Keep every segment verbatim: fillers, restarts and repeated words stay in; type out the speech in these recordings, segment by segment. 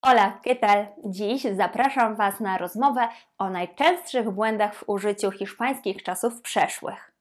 Hola, ¿qué tal? Dziś zapraszam Was na rozmowę o najczęstszych błędach w użyciu hiszpańskich czasów przeszłych.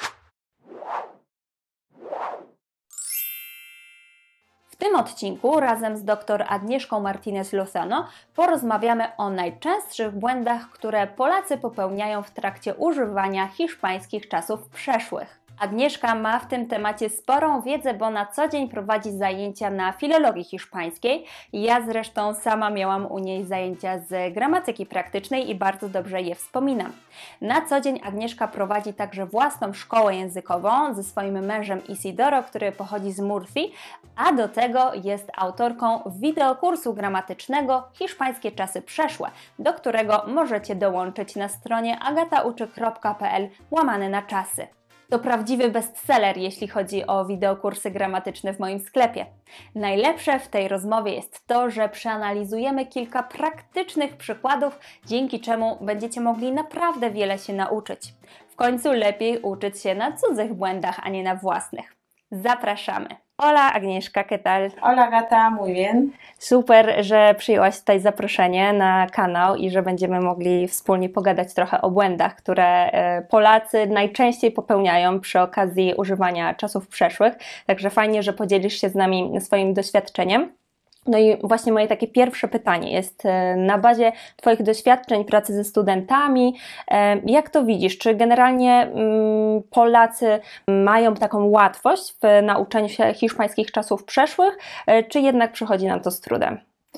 W tym odcinku razem z dr Agnieszką Martinez Lozano porozmawiamy o najczęstszych błędach, które Polacy popełniają w trakcie używania hiszpańskich czasów przeszłych. Agnieszka ma w tym temacie sporą wiedzę, bo na co dzień prowadzi zajęcia na filologii hiszpańskiej. Ja zresztą sama miałam u niej zajęcia z gramatyki praktycznej i bardzo dobrze je wspominam. Na co dzień Agnieszka prowadzi także własną szkołę językową ze swoim mężem Isidoro, który pochodzi z Murcji, a do tego jest autorką wideokursu gramatycznego Hiszpańskie czasy przeszłe, do którego możecie dołączyć na stronie agatauczy kropka pe el łamane na czasy. To prawdziwy bestseller, jeśli chodzi o wideokursy gramatyczne w moim sklepie. Najlepsze w tej rozmowie jest to, że przeanalizujemy kilka praktycznych przykładów, dzięki czemu będziecie mogli naprawdę wiele się nauczyć. W końcu lepiej uczyć się na cudzych błędach, a nie na własnych. Zapraszamy! Hola Agnieszka, ¿qué tal? Hola Gata, muy bien. Super, że przyjęłaś tutaj zaproszenie na kanał i że będziemy mogli wspólnie pogadać trochę o błędach, które Polacy najczęściej popełniają przy okazji używania czasów przeszłych. Także fajnie, że podzielisz się z nami swoim doświadczeniem. No i właśnie moje takie pierwsze pytanie jest na bazie Twoich doświadczeń, pracy ze studentami, jak to widzisz? Czy generalnie Polacy mają taką łatwość w nauczeniu się hiszpańskich czasów przeszłych, czy jednak przychodzi nam to z trudem?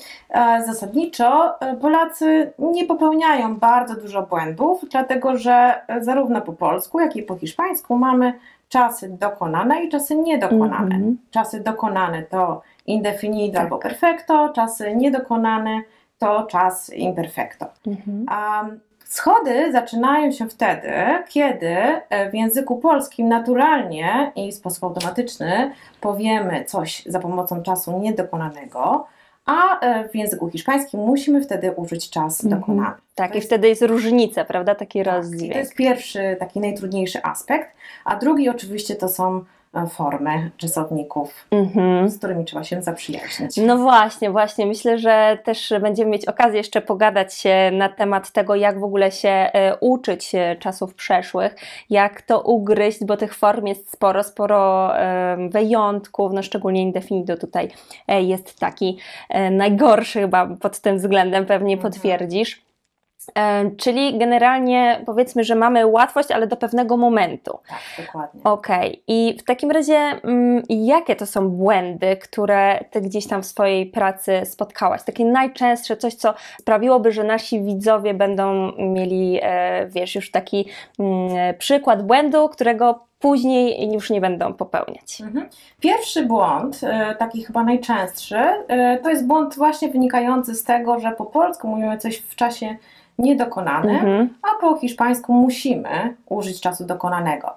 Zasadniczo Polacy nie popełniają bardzo dużo błędów, dlatego że zarówno po polsku, jak i po hiszpańsku mamy czasy dokonane i czasy niedokonane. Mm-hmm. Czasy dokonane to indefinido tak. albo perfecto, czasy niedokonane to czas imperfecto. Mm-hmm. A schody zaczynają się wtedy, kiedy w języku polskim naturalnie i w sposób automatyczny powiemy coś za pomocą czasu niedokonanego, a w języku hiszpańskim musimy wtedy użyć czas mm-hmm. dokonany. Tak, to i jest, wtedy jest różnica, prawda? Taki tak, rozdźwięk. To jest pierwszy, taki najtrudniejszy aspekt, a drugi oczywiście to są formy czasowników, mm-hmm. z którymi trzeba się zaprzyjaźnić. No właśnie, właśnie. Myślę, że też będziemy mieć okazję jeszcze pogadać się na temat tego, jak w ogóle się e, uczyć czasów przeszłych, jak to ugryźć, bo tych form jest sporo, sporo e, wyjątków, no szczególnie indefinido tutaj e, jest taki e, najgorszy chyba pod tym względem, pewnie mm-hmm. potwierdzisz. E, czyli generalnie powiedzmy, że mamy łatwość, ale do pewnego momentu. Tak, dokładnie. Okej. Okay. I w takim razie m, jakie to są błędy, które Ty gdzieś tam w swojej pracy spotkałaś? Takie najczęstsze, coś co sprawiłoby, że nasi widzowie będą mieli, e, wiesz, już taki m, przykład błędu, którego później już nie będą popełniać. Mhm. Pierwszy błąd, e, taki chyba najczęstszy, e, to jest błąd właśnie wynikający z tego, że po polsku mówimy coś w czasie niedokonanym, mhm. a po hiszpańsku musimy użyć czasu dokonanego.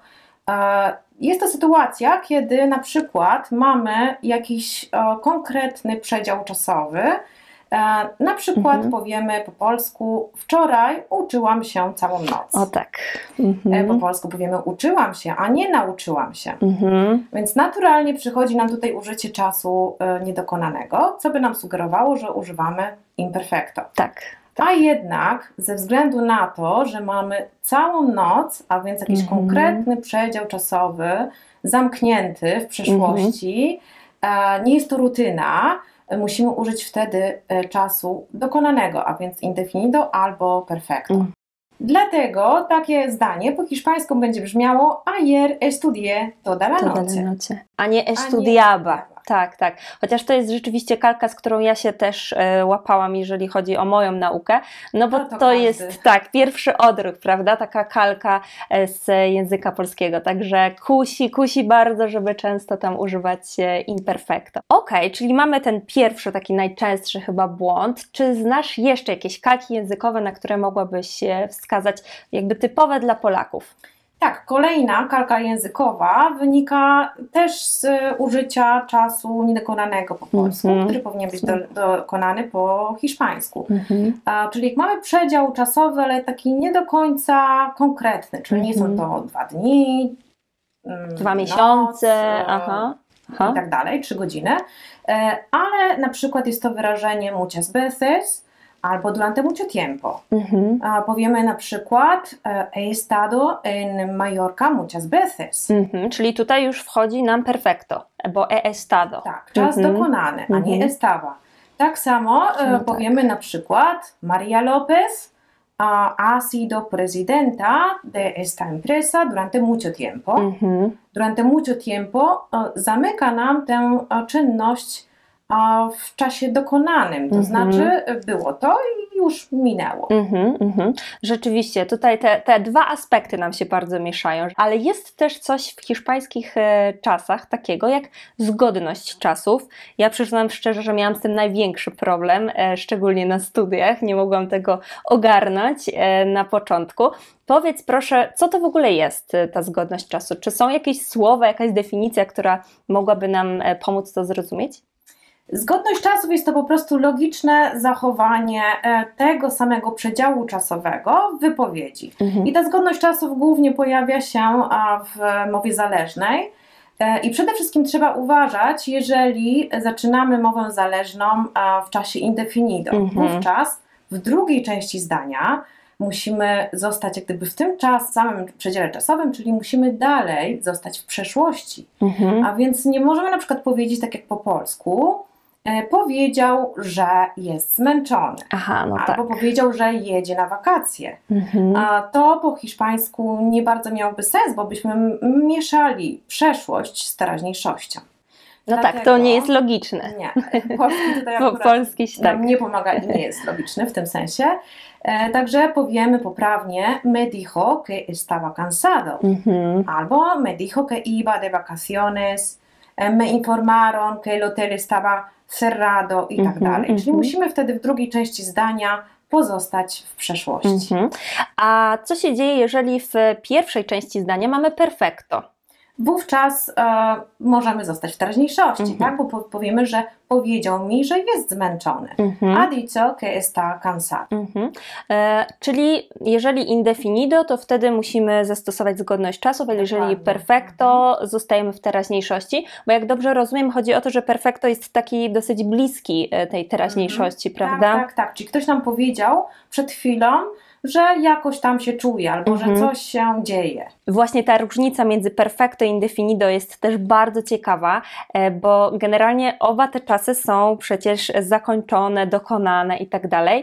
Jest to sytuacja, kiedy na przykład mamy jakiś konkretny przedział czasowy. Na przykład mhm. powiemy po polsku: wczoraj uczyłam się całą noc. O tak. Mhm. Po polsku powiemy: uczyłam się, a nie nauczyłam się. Mhm. Więc naturalnie przychodzi nam tutaj użycie czasu niedokonanego, co by nam sugerowało, że używamy imperfecto. Tak. A jednak ze względu na to, że mamy całą noc, a więc jakiś mm-hmm. konkretny przedział czasowy zamknięty w przeszłości, mm-hmm. nie jest to rutyna, musimy użyć wtedy czasu dokonanego, a więc indefinido albo perfecto. Mm. Dlatego takie zdanie po hiszpańsku będzie brzmiało: ayer estudié toda la noche. A nie estudiaba. Tak, tak. Chociaż to jest rzeczywiście kalka, z którą ja się też e, łapałam, jeżeli chodzi o moją naukę, no bo no to, to jest tak, pierwszy odruch, prawda, taka kalka e, z języka polskiego, także kusi, kusi bardzo, żeby często tam używać e, imperfecto. Okej, okay, czyli mamy ten pierwszy, taki najczęstszy chyba błąd. Czy znasz jeszcze jakieś kalki językowe, na które mogłabyś wskazać, jakby typowe dla Polaków? Tak, kolejna kalka językowa wynika też z użycia czasu niedokonanego po polsku, mm-hmm. który powinien być do, dokonany po hiszpańsku. Mm-hmm. A, czyli jak mamy przedział czasowy, ale taki nie do końca konkretny, czyli mm-hmm. nie są to dwa dni, dwa noc, miesiące, aha. Aha. i tak dalej, trzy godziny, e, ale na przykład jest to wyrażenie muchas veces albo durante mucho tiempo. Mhm. A powiemy na przykład e, he estado en Mallorca muchas veces. Mhm. Czyli tutaj już wchodzi nam perfecto, bo he estado. Tak, czas Mhm. dokonany, a nie Mhm. estaba. Tak samo e, No powiemy na przykład María López a, ha sido presidenta de esta empresa durante mucho tiempo. Mhm. Durante mucho tiempo e, zamyka nam tę e, czynność e, w czasie dokonanym, to Mhm. znaczy e, było to i już minęło. Mhm, mhm. Rzeczywiście, tutaj te, te dwa aspekty nam się bardzo mieszają, ale jest też coś w hiszpańskich e, czasach takiego jak zgodność czasów. Ja przyznam szczerze, że miałam z tym największy problem, e, szczególnie na studiach, nie mogłam tego ogarnąć e, na początku. Powiedz proszę, co to w ogóle jest e, ta zgodność czasu? Czy są jakieś słowa, jakaś definicja, która mogłaby nam e, pomóc to zrozumieć? Zgodność czasów jest to po prostu logiczne zachowanie e, tego samego przedziału czasowego w wypowiedzi. Mhm. I ta zgodność czasów głównie pojawia się a, w mowie zależnej. E, I przede wszystkim trzeba uważać, jeżeli zaczynamy mowę zależną a, w czasie indefinido. Mhm. Wówczas w drugiej części zdania musimy zostać jak gdyby w tym czas, samym przedziale czasowym, czyli musimy dalej zostać w przeszłości. Mhm. A więc nie możemy na przykład powiedzieć tak jak po polsku, e, powiedział, że jest zmęczony. Aha, no tak. Albo powiedział, że jedzie na wakacje. Mhm. A to po hiszpańsku nie bardzo miałoby sens, bo byśmy m- mieszali przeszłość z teraźniejszością. No tak, to Dlatego- nie jest logiczne. Nie, polski tutaj Bo akurat polski się tak. nam nie pomaga i nie jest logiczny w tym sensie. E, także powiemy poprawnie me dijo que estaba cansado. Mhm. Albo me dijo que iba de vacaciones, e, me informaron que el hotel estaba cerrado i tak Mhm, dalej. Czyli mhm. musimy wtedy w drugiej części zdania pozostać w przeszłości. Mhm. A co się dzieje, jeżeli w pierwszej części zdania mamy perfecto? Wówczas e, możemy zostać w teraźniejszości, Mhm. tak? Bo po, powiemy, że powiedział mi, że jest zmęczony. Mhm. Ha dicho que está cansado. Mhm. E, czyli jeżeli indefinido, to wtedy musimy zastosować zgodność czasów, ale jeżeli Dokładnie. perfecto, zostajemy w teraźniejszości, bo jak dobrze rozumiem, chodzi o to, że perfecto jest taki dosyć bliski e, tej teraźniejszości, prawda? Tak, tak, tak. Czyli ktoś nam powiedział przed chwilą, że jakoś tam się czuje, albo Mhm. że coś się dzieje. Właśnie ta różnica między perfecto i indefinido jest też bardzo ciekawa, e, bo generalnie oba te czasy są przecież zakończone, dokonane i tak dalej.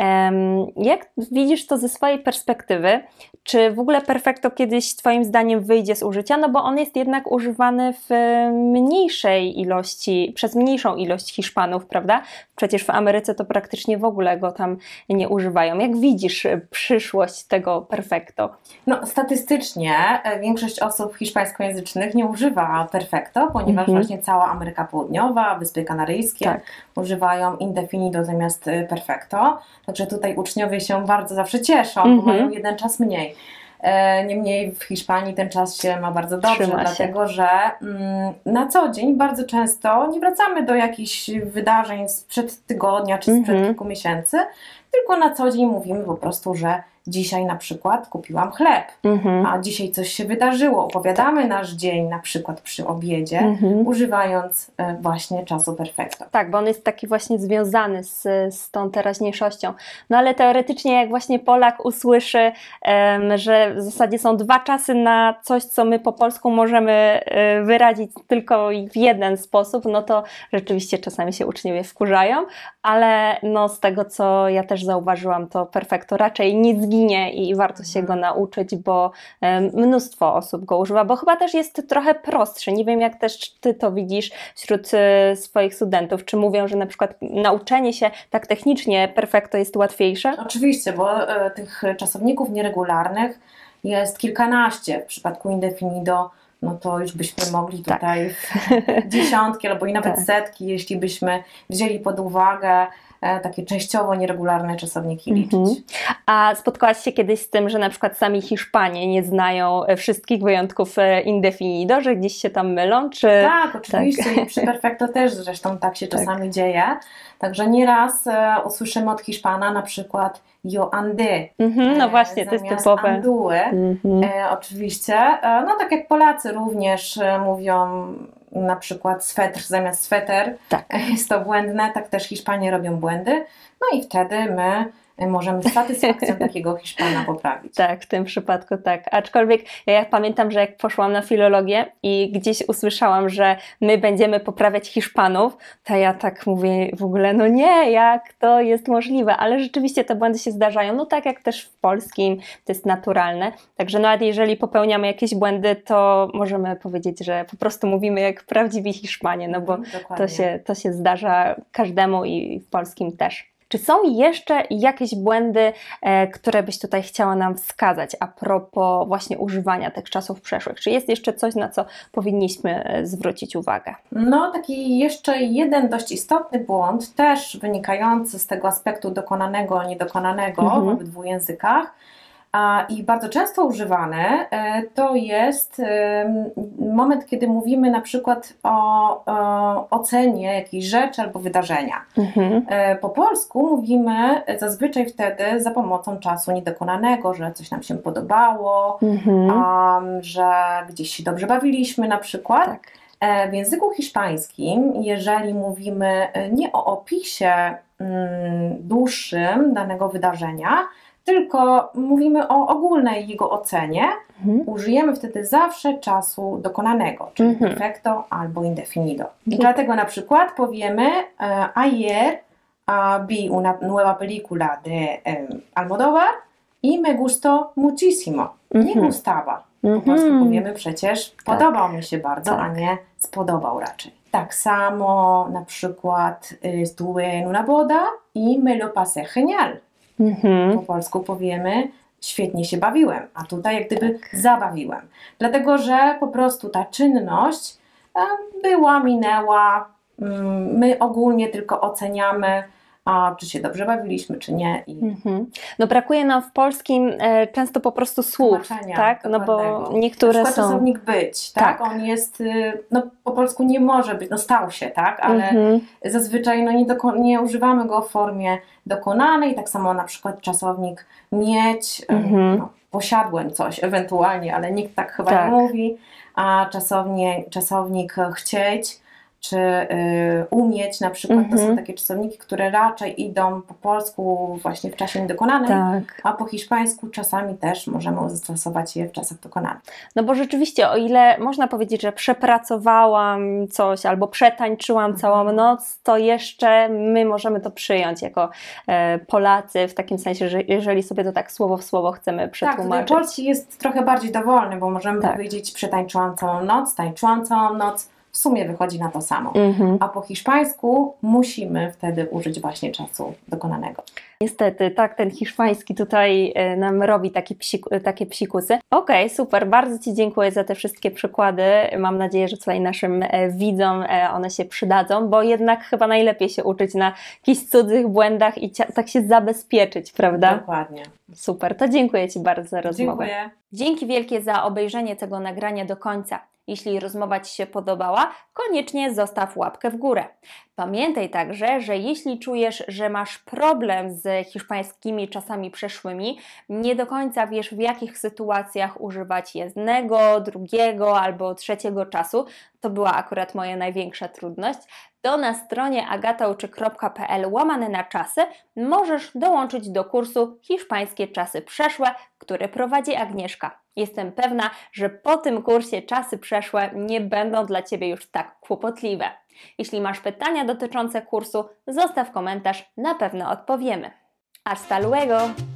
Em, Jak widzisz to ze swojej perspektywy? Czy w ogóle perfecto kiedyś Twoim zdaniem wyjdzie z użycia? No bo on jest jednak używany w mniejszej ilości, przez mniejszą ilość Hiszpanów, prawda? Przecież w Ameryce to praktycznie w ogóle go tam nie używają. Jak widzisz e, przyszłość tego perfecto? No, statystycznie e, większość osób hiszpańskojęzycznych nie używa perfecto, ponieważ Mhm. właśnie cała Ameryka Południowa, Wyspy Kanaryjskie Tak. używają indefinido zamiast e, perfecto. Także tutaj uczniowie się bardzo zawsze cieszą, Mhm. bo mają jeden czas mniej. E, Niemniej w Hiszpanii ten czas się ma bardzo dobrze, Trzyma się. dlatego że mm, na co dzień bardzo często nie wracamy do jakichś wydarzeń sprzed tygodnia czy sprzed Mhm. kilku miesięcy, tylko na co dzień mówimy po prostu, że dzisiaj na przykład kupiłam chleb, Mhm. a dzisiaj coś się wydarzyło. Opowiadamy nasz dzień na przykład przy obiedzie, Mhm. używając e, właśnie czasu perfecto. Tak, bo on jest taki właśnie związany z, z tą teraźniejszością. No ale teoretycznie jak właśnie Polak usłyszy, em, że w zasadzie są dwa czasy na coś, co my po polsku możemy e, wyrazić tylko w jeden sposób, no to rzeczywiście czasami się uczniowie wkurzają, ale no z tego, co ja też zauważyłam, to perfecto raczej nie zginie i warto się go nauczyć, bo em, mnóstwo osób go używa, bo chyba też jest trochę prostszy. Nie wiem, jak też Ty to widzisz wśród e, swoich studentów. Czy mówią, że na przykład nauczenie się tak technicznie perfecto jest łatwiejsze? Oczywiście, bo e, tych czasowników nieregularnych jest kilkanaście. W przypadku indefinido, no to już byśmy mogli Tak. tutaj dziesiątki albo i nawet Tak. setki, jeśli byśmy wzięli pod uwagę e, takie częściowo nieregularne czasowniki liczyć. Mhm. A spotkałaś się kiedyś z tym, że na przykład sami Hiszpanie nie znają e, wszystkich wyjątków e, indefinido, że gdzieś się tam mylą? Czy... Tak, oczywiście. I przy perfecto też zresztą tak się Tak. czasami dzieje. Także nieraz e, usłyszymy od Hiszpana na przykład yo andé. Mhm, no e, właśnie, to jest zamiast typowe. anduły. Mhm. E, oczywiście. E, no tak jak Polacy również e, mówią na przykład swetr zamiast sweter, Tak. jest to błędne, tak też Hiszpanie robią błędy, no i wtedy my możemy z satysfakcją takiego Hiszpana poprawić. Tak, w tym przypadku tak. Aczkolwiek ja jak pamiętam, że jak poszłam na filologię i gdzieś usłyszałam, że my będziemy poprawiać Hiszpanów, to ja tak mówię w ogóle, no nie, jak to jest możliwe, ale rzeczywiście te błędy się zdarzają, no tak jak też w polskim, to jest naturalne, także nawet jeżeli popełniamy jakieś błędy, to możemy powiedzieć, że po prostu mówimy jak prawdziwi Hiszpanie, no bo to się, to się zdarza każdemu i w polskim też. Czy są jeszcze jakieś błędy, e, które byś tutaj chciała nam wskazać a propos właśnie używania tych czasów przeszłych? Czy jest jeszcze coś, na co powinniśmy e, zwrócić uwagę? No, taki jeszcze jeden dość istotny błąd, też wynikający z tego aspektu dokonanego, niedokonanego Mhm. w obydwu językach, a, i bardzo często używany, e, to jest e, moment, kiedy mówimy na przykład o, o ocenie jakiejś rzeczy albo wydarzenia. Mhm. E, Po polsku mówimy zazwyczaj wtedy za pomocą czasu niedokonanego, że coś nam się podobało, Mhm. um, że gdzieś się dobrze bawiliśmy na przykład. Tak. E, W języku hiszpańskim, jeżeli mówimy e, nie o opisie mm, dłuższym danego wydarzenia, tylko mówimy o ogólnej jego ocenie, Mhm. użyjemy wtedy zawsze czasu dokonanego, czyli Mhm. perfecto albo indefinido. I Mhm. dlatego na przykład powiemy e, ayer uh, vi una nueva película de eh, Almodóvar y me gustó muchísimo. Nie Mhm. gustaba. Po Mhm. polsku powiemy przecież podobał mi się bardzo, Tak. a nie spodobał raczej. Tak samo na przykład y, estuve en una boda y me lo pasé genial. Mhm. Po polsku powiemy świetnie się bawiłem, a tutaj jak gdyby Tak. zabawiłem. Dlatego, że po prostu ta czynność e, była, minęła, mm, my ogólnie tylko oceniamy, a czy się dobrze bawiliśmy, czy nie. I Mhm. No brakuje nam w polskim e, często po prostu słów, tłumaczenia tak? No bo dokładnego. niektóre Na przykład są... czasownik być, tak? Tak. On jest, y, no po polsku nie może być, no stał się, tak? Ale Mhm. zazwyczaj no, nie, doko- nie używamy go w formie dokonanej, tak samo na przykład czasownik mieć, Mhm. no, posiadłem coś ewentualnie, ale nikt tak chyba Tak. nie mówi, a czasownie, czasownik chcieć czy y, umieć na przykład, to Mhm. są takie czasowniki, które raczej idą po polsku właśnie w czasie niedokonanym, Tak. a po hiszpańsku czasami też możemy zastosować je w czasach dokonanych. No bo rzeczywiście, o ile można powiedzieć, że przepracowałam coś albo przetańczyłam Mhm. całą noc, to jeszcze my możemy to przyjąć jako e, Polacy, w takim sensie, że jeżeli sobie to tak słowo w słowo chcemy Tak, przetłumaczyć. tutaj polski jest trochę bardziej dowolny, bo możemy Tak. powiedzieć przetańczyłam całą noc, tańczyłam całą noc, w sumie wychodzi na to samo. Mhm. A po hiszpańsku musimy wtedy użyć właśnie czasu dokonanego. Niestety, tak, ten hiszpański tutaj e, nam robi takie, psik, takie psikusy. Okej, super, bardzo Ci dziękuję za te wszystkie przykłady. Mam nadzieję, że tutaj naszym e, widzom e, one się przydadzą, bo jednak chyba najlepiej się uczyć na jakichś cudzych błędach i cia- tak się zabezpieczyć, prawda? Dokładnie. Super, to dziękuję Ci bardzo za rozmowę. Dziękuję. Dzięki wielkie za obejrzenie tego nagrania do końca. Jeśli rozmowa Ci się podobała, koniecznie zostaw łapkę w górę. Pamiętaj także, że jeśli czujesz, że masz problem z hiszpańskimi czasami przeszłymi, nie do końca wiesz, w jakich sytuacjach używać jednego, drugiego albo trzeciego czasu, to była akurat moja największa trudność, to na stronie agatauczy kropka p l łamane na czasy możesz dołączyć do kursu Hiszpańskie czasy przeszłe, który prowadzi Agnieszka. Jestem pewna, że po tym kursie czasy przeszłe nie będą dla Ciebie już tak kłopotliwe. Jeśli masz pytania dotyczące kursu, zostaw komentarz, na pewno odpowiemy. Hasta luego!